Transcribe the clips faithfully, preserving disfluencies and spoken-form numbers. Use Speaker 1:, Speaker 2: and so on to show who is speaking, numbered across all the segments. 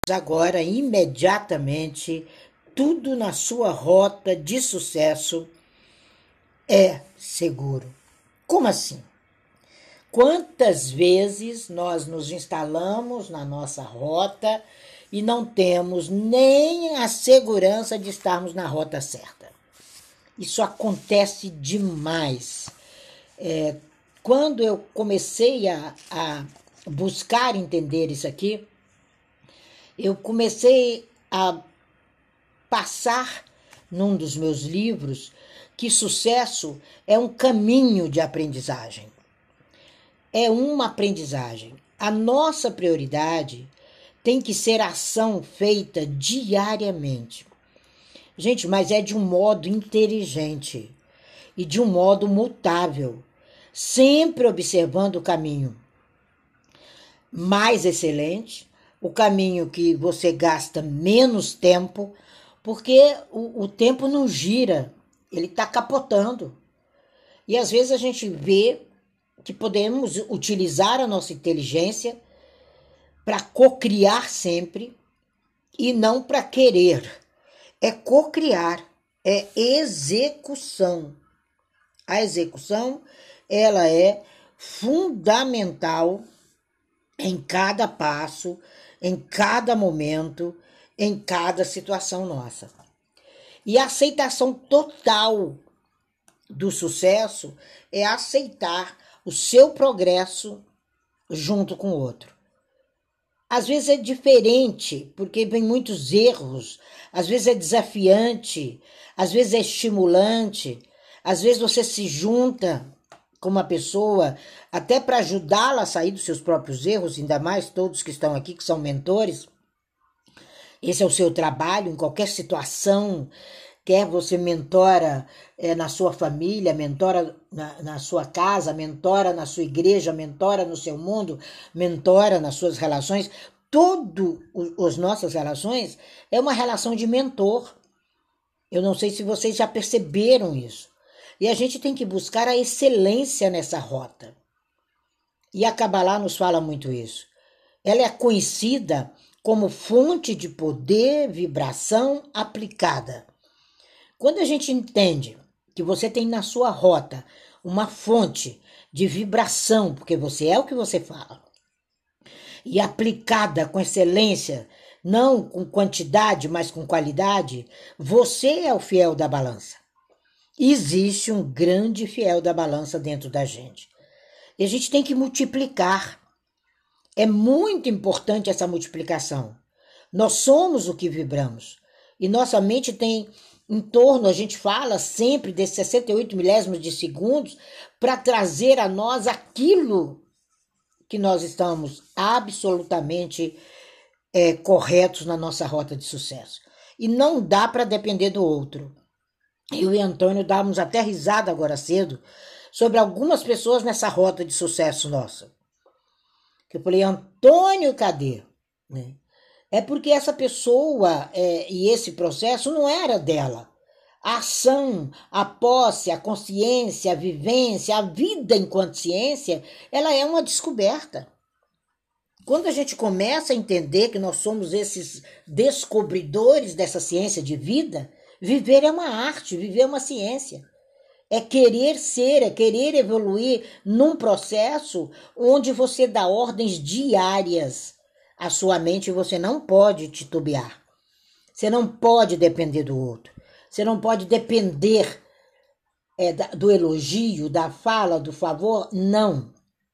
Speaker 1: agora, imediatamente, tudo na sua rota de sucesso é seguro. Como assim? Quantas vezes nós nos instalamos na nossa rota e não temos nem a segurança de estarmos na rota certa? Isso acontece demais. É, quando eu comecei a, a buscar entender isso aqui, eu comecei a passar num dos meus livros que sucesso é um caminho de aprendizagem. É uma aprendizagem. A nossa prioridade tem que ser ação feita diariamente. Gente, mas é de um modo inteligente e de um modo mutável, sempre observando o caminho mais excelente, o caminho que você gasta menos tempo, porque o, o tempo não gira, ele está capotando. E às vezes a gente vê que podemos utilizar a nossa inteligência para cocriar sempre e não para querer. É cocriar, é execução. A execução, ela é fundamental em cada passo, em cada momento, em cada situação nossa. E a aceitação total do sucesso é aceitar o seu progresso junto com o outro. Às vezes é diferente, porque vem muitos erros, às vezes é desafiante, às vezes é estimulante, às vezes você se junta com uma pessoa até para ajudá-la a sair dos seus próprios erros, ainda mais todos que estão aqui, que são mentores. Esse é o seu trabalho em qualquer situação, quer você mentora é, na sua família, mentora na, na sua casa, mentora na sua igreja, mentora no seu mundo, mentora nas suas relações. Todas as nossas relações é uma relação de mentor. Eu não sei se vocês já perceberam isso. E a gente tem que buscar a excelência nessa rota. E a Kabbalah nos fala muito isso. Ela é conhecida como fonte de poder, vibração aplicada. Quando a gente entende que você tem na sua rota uma fonte de vibração, porque você é o que você fala, e aplicada com excelência, não com quantidade, mas com qualidade, você é o fiel da balança. Existe um grande fiel da balança dentro da gente. E a gente tem que multiplicar. É muito importante essa multiplicação. Nós somos o que vibramos. E nossa mente tem em torno, a gente fala sempre desses sessenta e oito milésimos de segundos para trazer a nós aquilo que nós estamos absolutamente é, corretos na nossa rota de sucesso. E não dá para depender do outro. Eu e Antônio dávamos até risada agora cedo sobre algumas pessoas nessa rota de sucesso nossa. Que eu falei, Antônio, cadê? Né? É porque essa pessoa é, e esse processo não era dela. A ação, a posse, a consciência, a vivência, a vida enquanto ciência, ela é uma descoberta. Quando a gente começa a entender que nós somos esses descobridores dessa ciência de vida, viver é uma arte, viver é uma ciência. É querer ser, é querer evoluir num processo onde você dá ordens diárias à sua mente e você não pode titubear. Você não pode depender do outro. Você não pode depender é, do elogio, da fala, do favor. Não.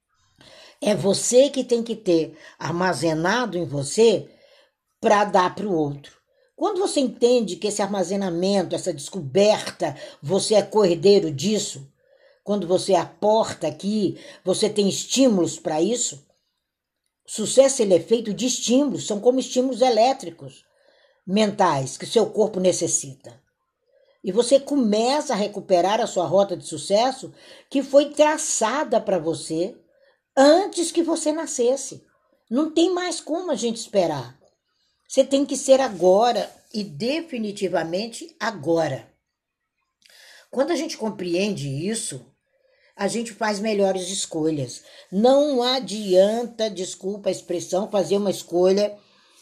Speaker 1: É você que tem que ter armazenado em você para dar para o outro. Quando você entende que esse armazenamento, essa descoberta, você é cordeiro disso, quando você aporta aqui, você tem estímulos para isso, sucesso ele é feito de estímulos, são como estímulos elétricos, mentais, que seu corpo necessita. E você começa a recuperar a sua rota de sucesso que foi traçada para você antes que você nascesse. Não tem mais como a gente esperar. Você tem que ser agora e definitivamente agora. Quando a gente compreende isso, a gente faz melhores escolhas. Não adianta, desculpa a expressão, fazer uma escolha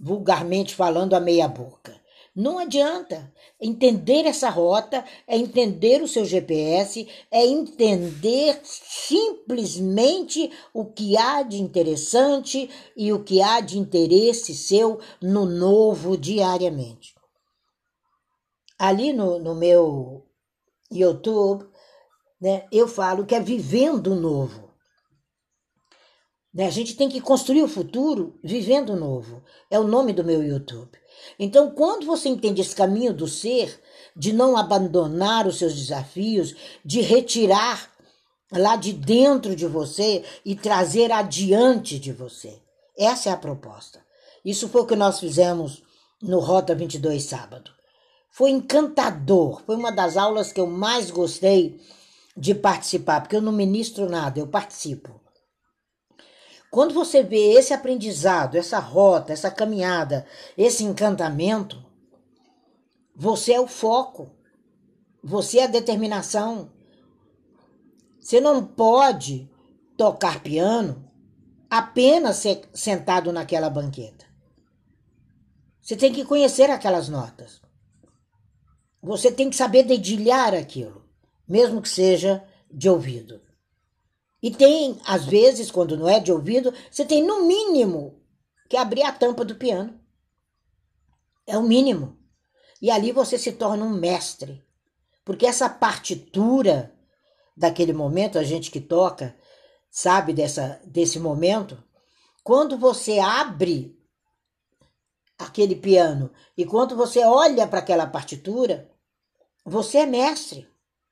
Speaker 1: vulgarmente falando, a meia boca. Não adianta. Entender essa rota é entender o seu G P S, é entender simplesmente o que há de interessante e o que há de interesse seu no novo diariamente. Ali no, no meu YouTube, né, eu falo que é vivendo o novo. Né? A gente tem que construir o futuro vivendo o novo. É o nome do meu YouTube. Então, quando você entende esse caminho do ser, de não abandonar os seus desafios, de retirar lá de dentro de você e trazer adiante de você. Essa é a proposta. Isso foi o que nós fizemos no Rota vinte e dois sábado. Foi encantador. Foi uma das aulas que eu mais gostei de participar, porque eu não ministro nada, eu participo. Quando você vê esse aprendizado, essa rota, essa caminhada, esse encantamento, você é o foco, você é a determinação. Você não pode tocar piano apenas sentado naquela banqueta. Você tem que conhecer aquelas notas. Você tem que saber dedilhar aquilo, mesmo que seja de ouvido. E tem, às vezes, quando não é de ouvido, você tem no mínimo que abrir a tampa do piano. É o mínimo. E ali você se torna um mestre. Porque essa partitura daquele momento, a gente que toca sabe dessa, desse momento, quando você abre aquele piano e quando você olha para aquela partitura, você é mestre.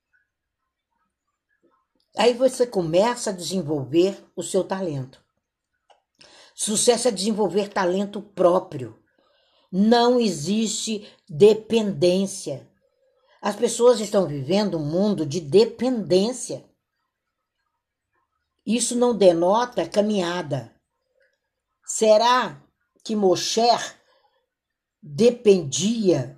Speaker 1: Aí você começa a desenvolver o seu talento. Sucesso é desenvolver talento próprio. Não existe dependência. As pessoas estão vivendo um mundo de dependência. Isso não denota caminhada. Será que Moshe dependia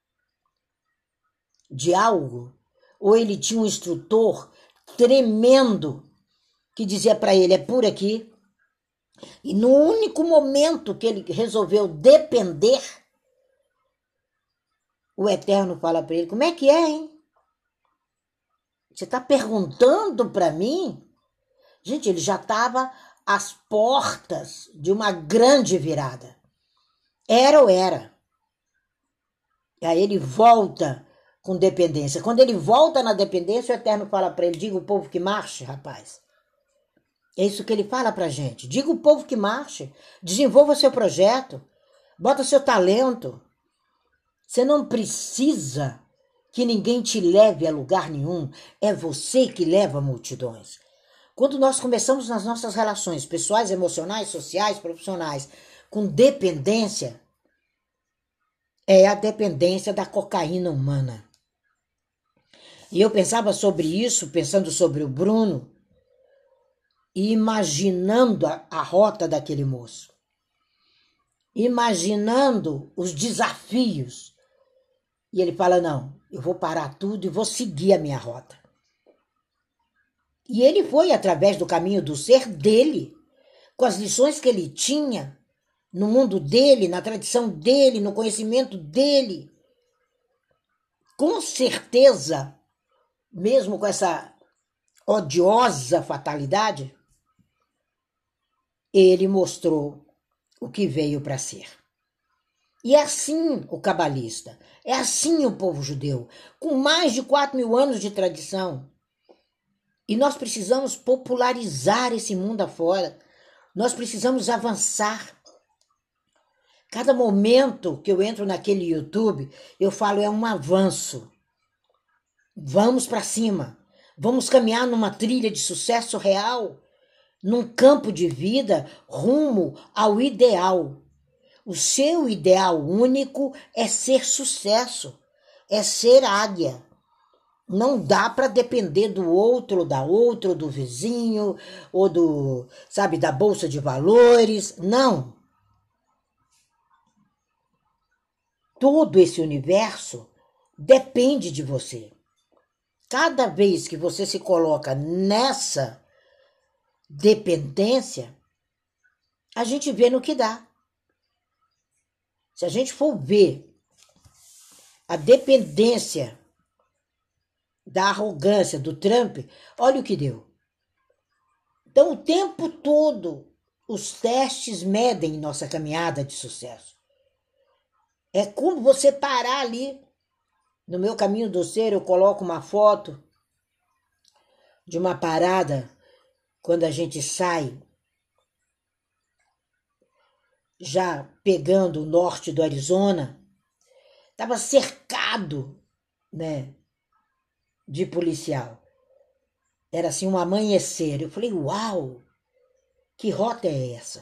Speaker 1: de algo? Ou ele tinha um instrutor tremendo que dizia para ele, é por aqui? E no único momento que ele resolveu depender, o Eterno fala para ele, como é que é, hein? Você está perguntando para mim? Gente, ele já estava às portas de uma grande virada. Era ou era? E aí ele volta com dependência. Quando ele volta na dependência, o Eterno fala para ele, diga o povo que marche, rapaz. É isso que ele fala pra gente. Diga o povo que marche. Desenvolva seu projeto. Bota seu talento. Você não precisa que ninguém te leve a lugar nenhum. É você que leva multidões. Quando nós começamos nas nossas relações pessoais, emocionais, sociais, profissionais, com dependência, é a dependência da cocaína humana. E eu pensava sobre isso, pensando sobre o Bruno, e imaginando a, a rota daquele moço. Imaginando os desafios. E ele fala, não, eu vou parar tudo e vou seguir a minha rota. E ele foi através do caminho do ser dele, com as lições que ele tinha, no mundo dele, na tradição dele, no conhecimento dele. Com certeza, mesmo com essa odiosa fatalidade, ele mostrou o que veio para ser. E é assim o cabalista, é assim o povo judeu, com mais de quatro mil anos de tradição. E nós precisamos popularizar esse mundo afora, nós precisamos avançar. Cada momento que eu entro naquele YouTube, eu falo, é um avanço. Vamos para cima, vamos caminhar numa trilha de sucesso real, num campo de vida rumo ao ideal. O seu ideal único é ser sucesso, é ser águia. Não dá para depender do outro, da outra, do vizinho, ou do, sabe, da bolsa de valores. Não. Todo esse universo depende de você. Cada vez que você se coloca nessa dependência, a gente vê no que dá. Se a gente for ver a dependência da arrogância do Trump, olha o que deu. Então, o tempo todo, os testes medem nossa caminhada de sucesso. É como você parar ali. No meu caminho do ser, eu coloco uma foto de uma parada quando a gente sai, já pegando o norte do Arizona, estava cercado, né, de policial. Era assim um amanhecer. Eu falei, uau, que rota é essa?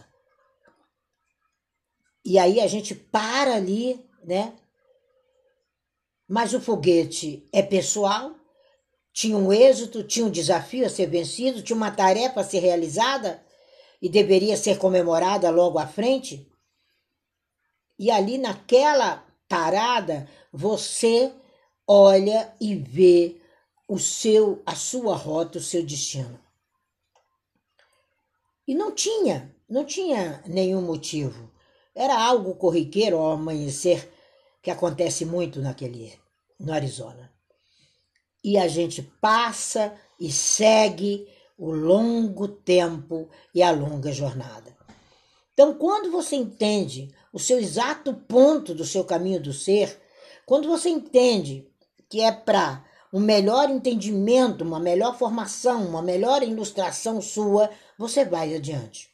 Speaker 1: E aí a gente para ali, né? Mas o foguete é pessoal, tinha um êxito, tinha um desafio a ser vencido, tinha uma tarefa a ser realizada e deveria ser comemorada logo à frente. E ali naquela parada, você olha e vê o seu, a sua rota, o seu destino. E não tinha, não tinha nenhum motivo. Era algo corriqueiro ao amanhecer, que acontece muito naquele, no Arizona. E a gente passa e segue o longo tempo e a longa jornada. Então, quando você entende o seu exato ponto do seu caminho do ser, quando você entende que é para um melhor entendimento, uma melhor formação, uma melhor ilustração sua, você vai adiante.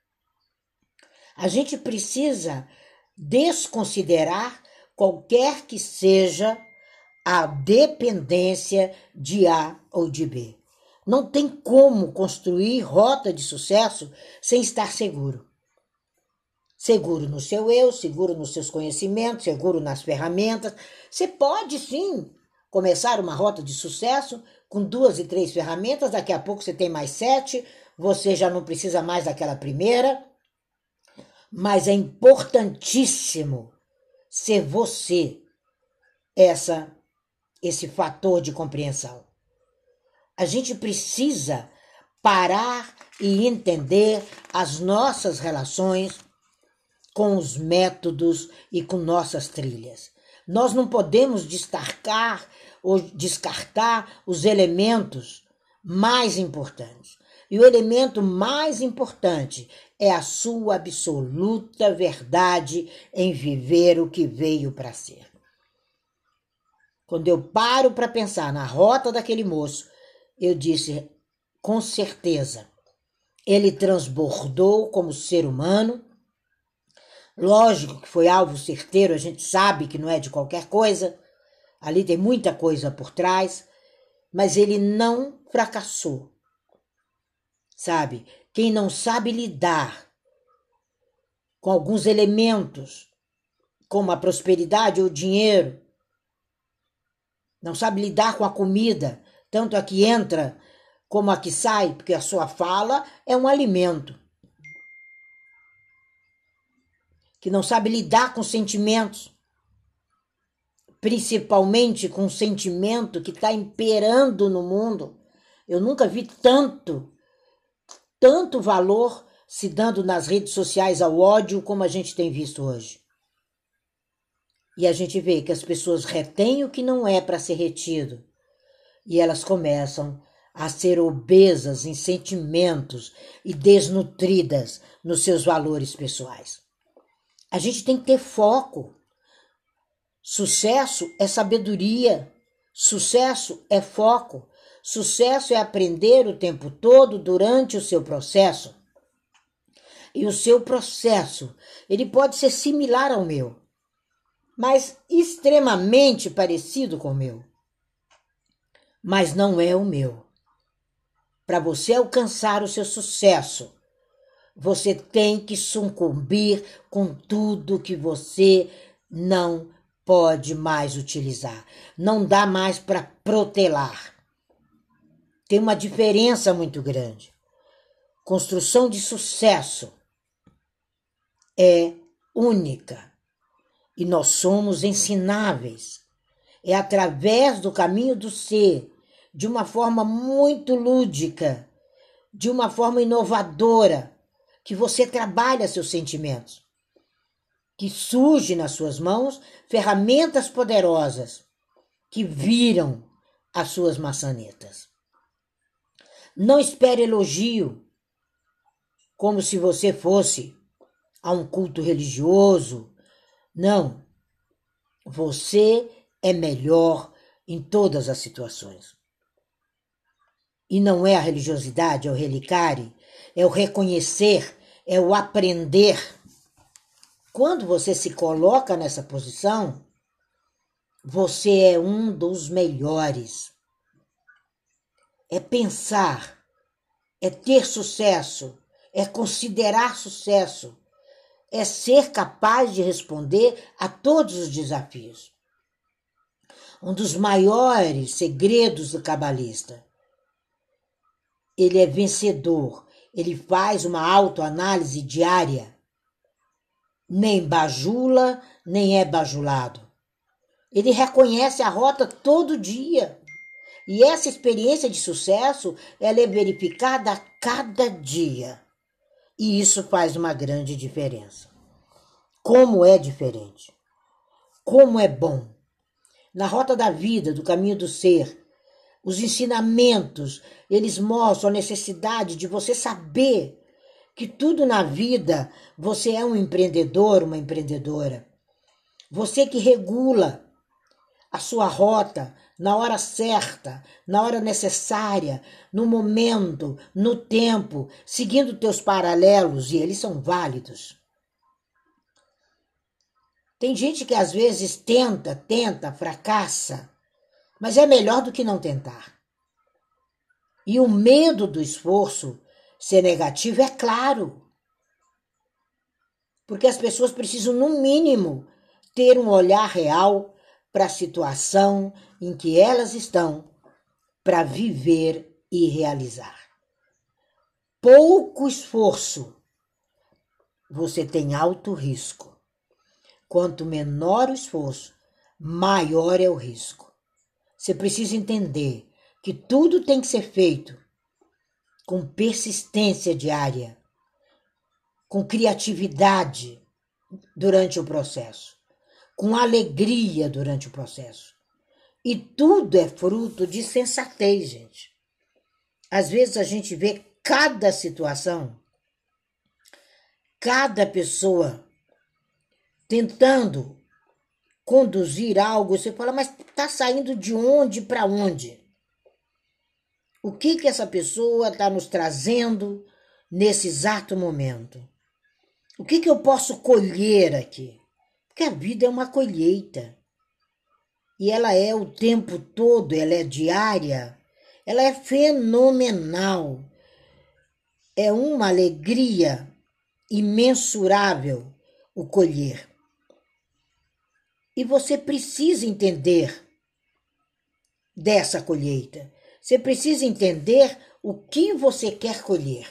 Speaker 1: A gente precisa desconsiderar qualquer que seja a dependência de A ou de B. Não tem como construir rota de sucesso sem estar seguro. Seguro no seu eu, seguro nos seus conhecimentos, seguro nas ferramentas. Você pode sim começar uma rota de sucesso com duas e três ferramentas, daqui a pouco você tem mais sete, você já não precisa mais daquela primeira. Mas é importantíssimo ser você essa, esse fator de compreensão. A gente precisa parar e entender as nossas relações com os métodos e com nossas trilhas. Nós não podemos destacar ou descartar os elementos mais importantes. E o elemento mais importante é a sua absoluta verdade em viver o que veio para ser. Quando eu paro para pensar na rota daquele moço, eu disse, com certeza, ele transbordou como ser humano. Lógico que foi alvo certeiro, a gente sabe que não é de qualquer coisa, ali tem muita coisa por trás, mas ele não fracassou. Sabe, quem não sabe lidar com alguns elementos, como a prosperidade ou o dinheiro, não sabe lidar com a comida, tanto a que entra como a que sai, porque a sua fala é um alimento. Que não sabe lidar com sentimentos, principalmente com o sentimento que está imperando no mundo. Eu nunca vi tanto, tanto valor se dando nas redes sociais ao ódio como a gente tem visto hoje. E a gente vê que as pessoas retêm o que não é para ser retido. E elas começam a ser obesas em sentimentos e desnutridas nos seus valores pessoais. A gente tem que ter foco. Sucesso é sabedoria. Sucesso é foco. Sucesso é aprender o tempo todo durante o seu processo. E o seu processo, ele pode ser similar ao meu, mas extremamente parecido com o meu. Mas não é o meu. Para você alcançar o seu sucesso, você tem que sucumbir com tudo que você não pode mais utilizar. Não dá mais para protelar. Tem uma diferença muito grande. Construção de sucesso é única e nós somos ensináveis. É através do caminho do ser, de uma forma muito lúdica, de uma forma inovadora, que você trabalha seus sentimentos. que surge nas suas mãos ferramentas poderosas que viram as suas maçanetas. Não espere elogio como se você fosse a um culto religioso. Não. Você é melhor em todas as situações. E não é a religiosidade, é o relicare, é o reconhecer, é o aprender. Quando você se coloca nessa posição, você é um dos melhores. É pensar, é ter sucesso, é considerar sucesso, é ser capaz de responder a todos os desafios. Um dos maiores segredos do cabalista. Ele é vencedor, ele faz uma autoanálise diária. Nem bajula, nem é bajulado. Ele reconhece a rota todo dia. E essa experiência de sucesso, ela é verificada a cada dia. E isso faz uma grande diferença. Como é diferente. Como é bom. Na rota da vida, do caminho do ser, os ensinamentos, eles mostram a necessidade de você saber que tudo na vida, você é um empreendedor, uma empreendedora. Você que regula a sua rota na hora certa, na hora necessária, no momento, no tempo, seguindo teus paralelos, e eles são válidos. Tem gente que às vezes tenta, tenta, fracassa, mas é melhor do que não tentar. E o medo do esforço ser negativo é claro. Porque as pessoas precisam, no mínimo, ter um olhar real para a situação em que elas estão, para viver e realizar. Pouco esforço, você tem alto risco. Quanto menor o esforço, maior é o risco. Você precisa entender que tudo tem que ser feito com persistência diária, com criatividade durante o processo, com alegria durante o processo. E tudo é fruto de sensatez, gente. Às vezes a gente vê cada situação, cada pessoa tentando conduzir algo, você fala, mas está saindo de onde para onde? O que que essa pessoa está nos trazendo nesse exato momento? O que que eu posso colher aqui? Porque a vida é uma colheita. E ela é o tempo todo, ela é diária, ela é fenomenal. É uma alegria imensurável o colher. E você precisa entender dessa colheita. Você precisa entender o que você quer colher.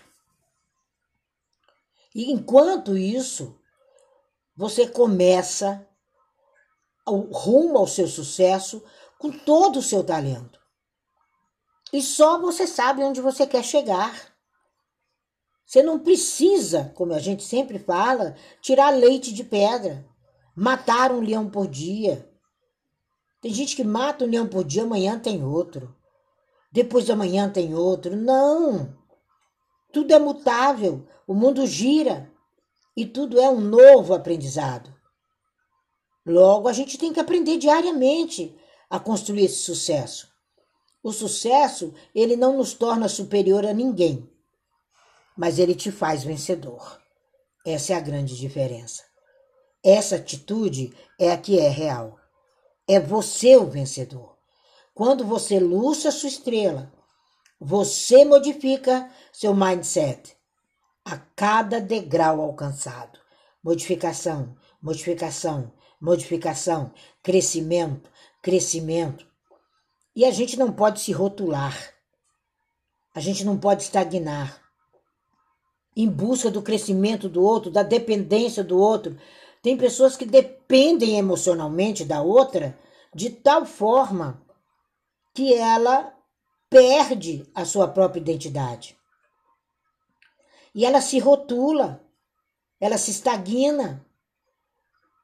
Speaker 1: E enquanto isso, você começa o rumo ao seu sucesso com todo o seu talento. E só você sabe onde você quer chegar. Você não precisa, como a gente sempre fala, tirar leite de pedra, matar um leão por dia. Tem gente que mata um leão por dia, amanhã tem outro. Depois de amanhã tem outro. Não! Tudo é mutável, o mundo gira e tudo é um novo aprendizado. Logo, a gente tem que aprender diariamente a construir esse sucesso. O sucesso, ele não nos torna superior a ninguém, mas ele te faz vencedor. Essa é a grande diferença. Essa atitude é a que é real. É você o vencedor. Quando você luça a sua estrela, você modifica seu mindset a cada degrau alcançado. Modificação, modificação, modificação, crescimento, crescimento. E a gente não pode se rotular. A gente não pode estagnar em busca do crescimento do outro, da dependência do outro. Tem pessoas que dependem emocionalmente da outra de tal forma que ela perde a sua própria identidade. E ela se rotula, ela se estagna.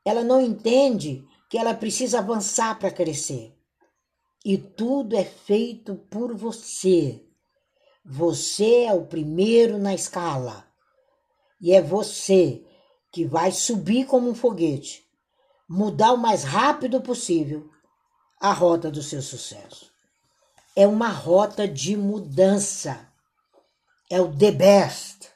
Speaker 1: ela não entende que ela precisa avançar para crescer. E tudo é feito por você. Você é o primeiro na escala. E é você que vai subir como um foguete, mudar o mais rápido possível a rota do seu sucesso. É uma rota de mudança. É o the best.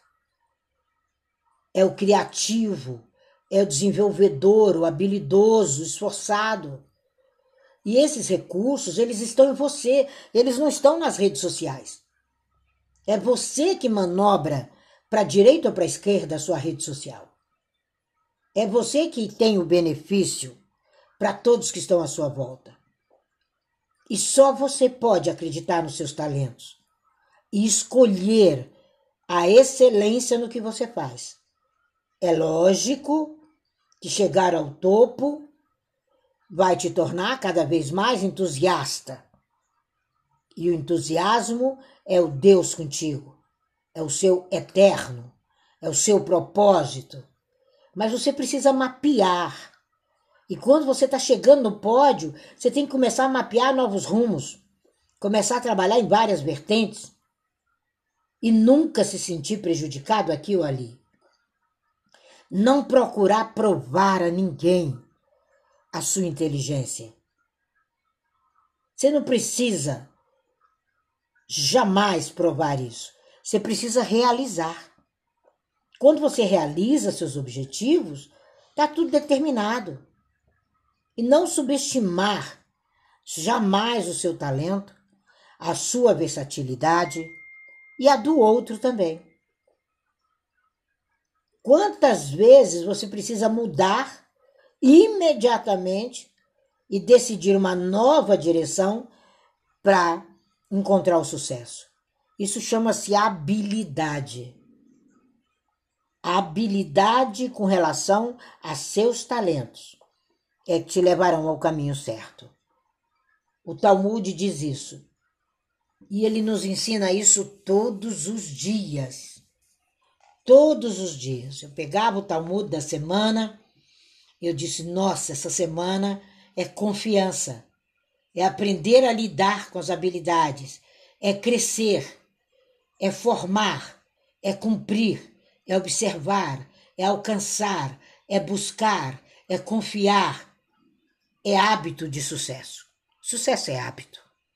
Speaker 1: É o criativo. É o desenvolvedor, o habilidoso, o esforçado. E esses recursos, eles estão em você. Eles não estão nas redes sociais. É você que manobra para a direita ou para a esquerda a sua rede social. É você que tem o benefício para todos que estão à sua volta. E só você pode acreditar nos seus talentos e escolher a excelência no que você faz. É lógico que chegar ao topo vai te tornar cada vez mais entusiasta. E o entusiasmo é o Deus contigo, é o seu eterno, é o seu propósito. Mas você precisa mapear. E quando você está chegando no pódio, você tem que começar a mapear novos rumos, começar a trabalhar em várias vertentes e nunca se sentir prejudicado aqui ou ali. Não procurar provar a ninguém a sua inteligência. Você não precisa jamais provar isso. Você precisa realizar. Quando você realiza seus objetivos, está tudo determinado. E não subestimar jamais o seu talento, a sua versatilidade e a do outro também. Quantas vezes você precisa mudar imediatamente e decidir uma nova direção para encontrar o sucesso? Isso chama-se habilidade. Habilidade com relação a seus talentos é que te levarão ao caminho certo. O Talmud diz isso. E ele nos ensina isso todos os dias. Todos os dias. Eu pegava o Talmud da semana e eu disse, nossa, essa semana é confiança. É aprender a lidar com as habilidades. É crescer. É formar. É cumprir. É observar. É alcançar. É buscar. É confiar. É hábito de sucesso. Sucesso é hábito.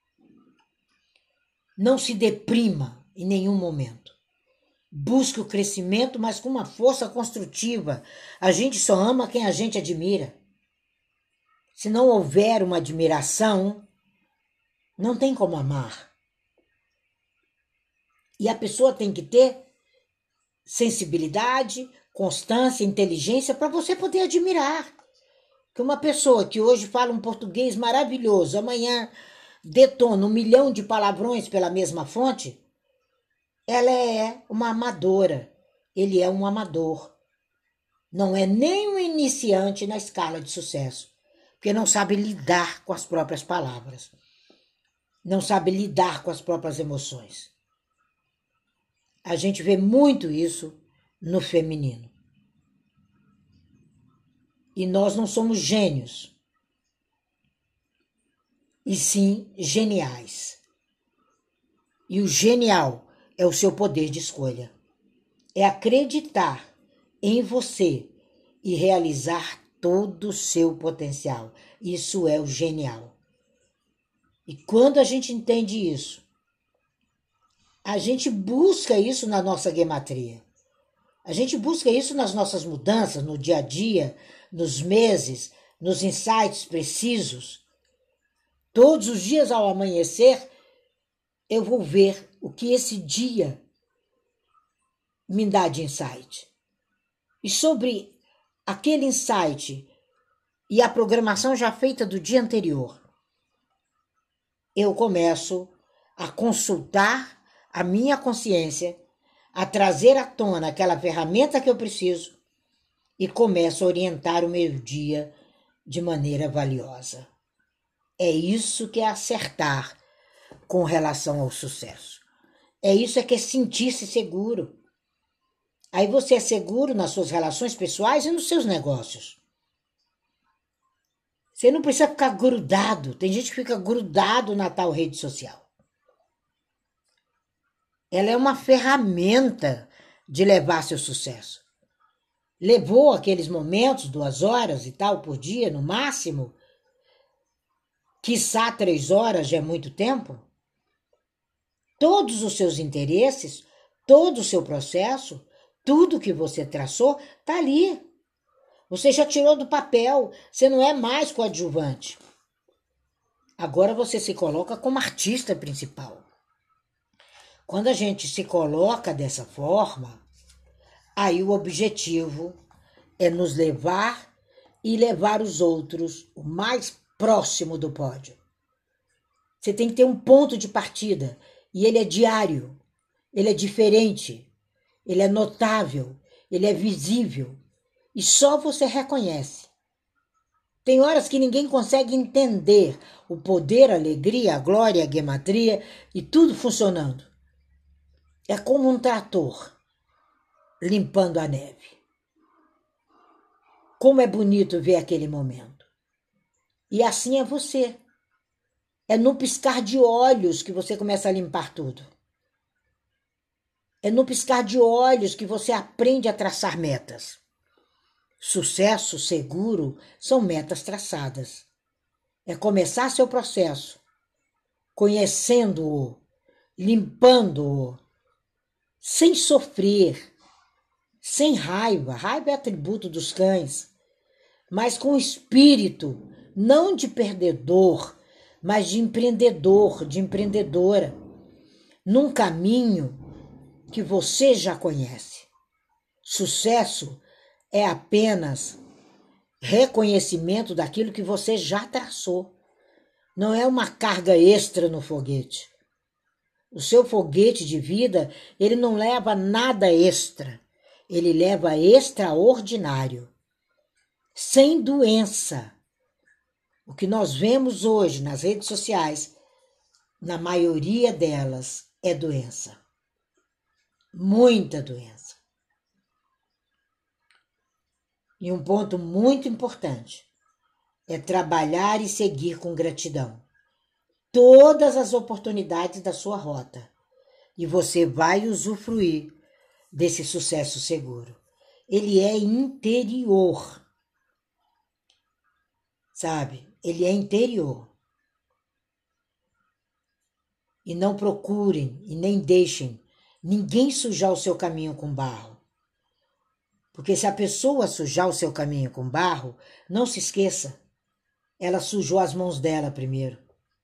Speaker 1: Não se deprima em nenhum momento. Busque o crescimento, mas com uma força construtiva. A gente só ama quem a gente admira. Se não houver uma admiração, não tem como amar. E a pessoa tem que ter sensibilidade, constância, inteligência para você poder admirar. Que uma pessoa que hoje fala um português maravilhoso, amanhã detona um milhão de palavrões pela mesma fonte, ela é uma amadora. Ele é um amador. Não é nem um iniciante na escala de sucesso, porque não sabe lidar com as próprias palavras. Não sabe lidar com as próprias emoções. A gente vê muito isso no feminino. E nós não somos gênios, e sim geniais. E o genial é o seu poder de escolha. É acreditar em você e realizar todo o seu potencial. Isso é o genial. E quando a gente entende isso, a gente busca isso na nossa gematria. A gente busca isso nas nossas mudanças, no dia a dia, nos meses, nos insights precisos. Todos os dias ao amanhecer, eu vou ver o que esse dia me dá de insight. E sobre aquele insight e a programação já feita do dia anterior, eu começo a consultar a minha consciência, a trazer à tona aquela ferramenta que eu preciso e começo a orientar o meu dia de maneira valiosa. É isso que é acertar com relação ao sucesso. É isso é que é sentir-se seguro. Aí você é seguro nas suas relações pessoais e nos seus negócios. Você não precisa ficar grudado. Tem gente que fica grudado na tal rede social. Ela é uma ferramenta de levar seu sucesso. Levou aqueles momentos, duas horas e tal por dia, no máximo, quiçá três horas já é muito tempo. Todos os seus interesses, todo o seu processo, tudo que você traçou, está ali. Você já tirou do papel, você não é mais coadjuvante. Agora você se coloca como artista principal. Quando a gente se coloca dessa forma, aí o objetivo é nos levar e levar os outros o mais próximo do pódio. Você tem que ter um ponto de partida, e ele é diário, ele é diferente, ele é notável, ele é visível, e só você reconhece. Tem horas que ninguém consegue entender o poder, a alegria, a glória, a gematria e tudo funcionando. É como um trator limpando a neve. Como é bonito ver aquele momento. E assim é você. É no piscar de olhos que você começa a limpar tudo. É no piscar de olhos que você aprende a traçar metas. Sucesso seguro são metas traçadas. É começar seu processo, conhecendo-o, limpando-o, sem sofrer, sem raiva. Raiva é atributo dos cães, mas com espírito, não de perdedor, mas de empreendedor, de empreendedora, num caminho que você já conhece. Sucesso é apenas reconhecimento daquilo que você já traçou. Não é uma carga extra no foguete. O seu foguete de vida, ele não leva nada extra. Ele leva extraordinário. Sem doença. O que nós vemos hoje nas redes sociais, na maioria delas, é doença. Muita doença. E um ponto muito importante é trabalhar e seguir com gratidão todas as oportunidades da sua rota, e você vai usufruir desse sucesso seguro. Ele é interior, sabe? Ele é interior. E não procurem e nem deixem ninguém sujar o seu caminho com barro. Porque se a pessoa sujar o seu caminho com barro, não se esqueça, ela sujou as mãos dela primeiro.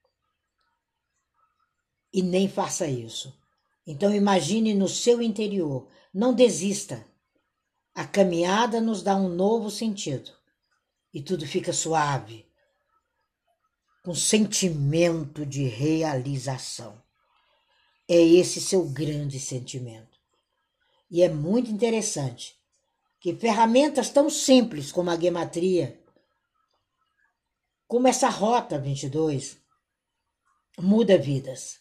Speaker 1: E nem faça isso. Então imagine no seu interior, não desista. A caminhada nos dá um novo sentido e tudo fica suave, com sentimento de realização. É esse seu grande sentimento. E é muito interessante que ferramentas tão simples como a gematria, como essa rota vinte e dois, muda vidas.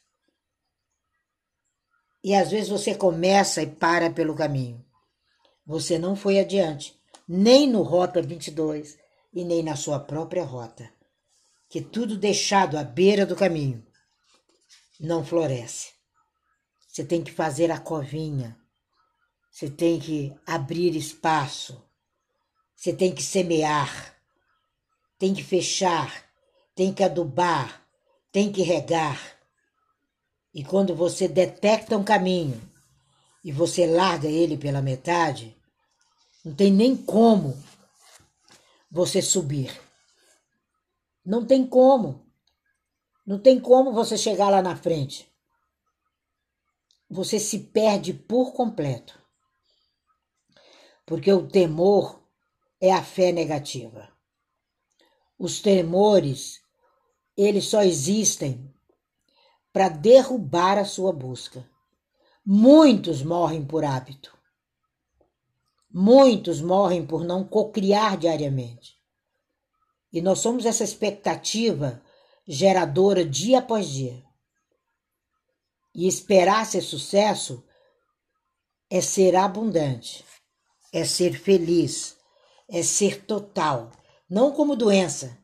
Speaker 1: E às vezes você começa e para pelo caminho. Você não foi adiante, nem no Rota vinte e dois e nem na sua própria rota. Que tudo deixado à beira do caminho não floresce. Você tem que fazer a covinha. Você tem que abrir espaço. Você tem que semear. Tem que fechar. Tem que adubar. Tem que regar. E quando você detecta um caminho e você larga ele pela metade, não tem nem como você subir. Não tem como. Não tem como você chegar lá na frente. Você se perde por completo. Porque o temor é a fé negativa. Os temores, eles só existem para derrubar a sua busca. Muitos morrem por hábito. Muitos morrem por não cocriar diariamente. E nós somos essa expectativa geradora dia após dia. E esperar ser sucesso é ser abundante, é ser feliz, é ser total. Não como doença,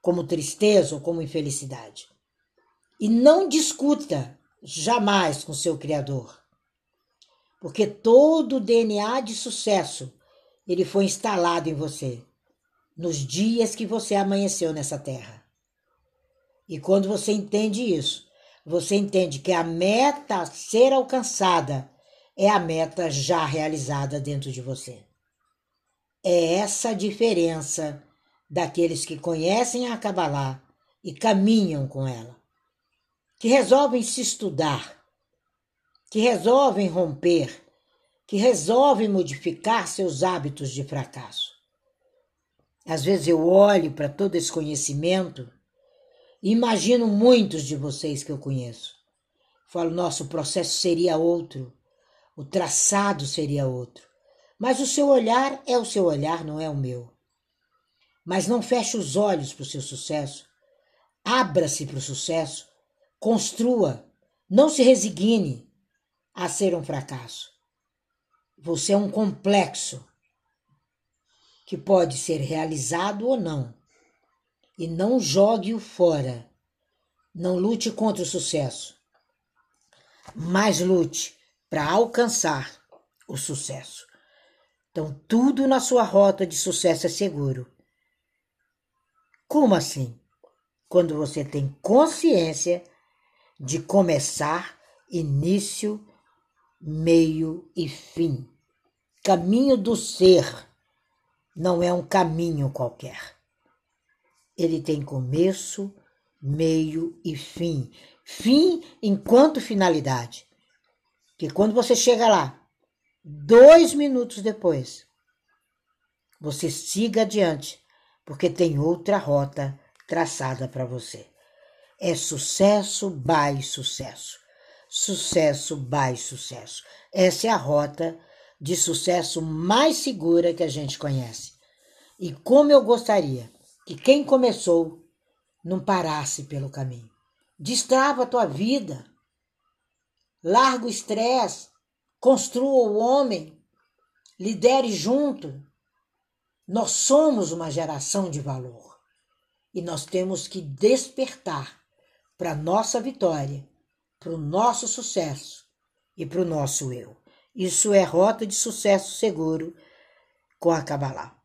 Speaker 1: como tristeza ou como infelicidade. E não discuta jamais com seu Criador, porque todo o D N A de sucesso ele foi instalado em você nos dias que você amanheceu nessa terra. E quando você entende isso, você entende que a meta a ser alcançada é a meta já realizada dentro de você. É essa a diferença daqueles que conhecem a Kabbalah e caminham com ela, que resolvem se estudar, que resolvem romper, que resolvem modificar seus hábitos de fracasso. Às vezes eu olho para todo esse conhecimento e imagino muitos de vocês que eu conheço. Falo, nosso processo seria outro, o traçado seria outro. Mas o seu olhar é o seu olhar, não é o meu. Mas não feche os olhos para o seu sucesso. Abra-se para o sucesso. Construa. Não se resigne a ser um fracasso. Você é um complexo que pode ser realizado ou não. E não jogue-o fora. Não lute contra o sucesso. Mas lute para alcançar o sucesso. Então, tudo na sua rota de sucesso é seguro. Como assim? Quando você tem consciência de começar, início, meio e fim. Caminho do ser não é um caminho qualquer. Ele tem começo, meio e fim. Fim enquanto finalidade. Que quando você chega lá, dois minutos depois, você siga adiante, porque tem outra rota traçada para você. É sucesso by sucesso. Sucesso by sucesso. Essa é a rota de sucesso mais segura que a gente conhece. E como eu gostaria que quem começou não parasse pelo caminho. Destrava a tua vida. Larga o estresse. Construa o homem. Lidere junto. Nós somos uma geração de valor. E nós temos que despertar para a nossa vitória, para o nosso sucesso e para o nosso eu. Isso é rota de sucesso seguro com a Kabbalah.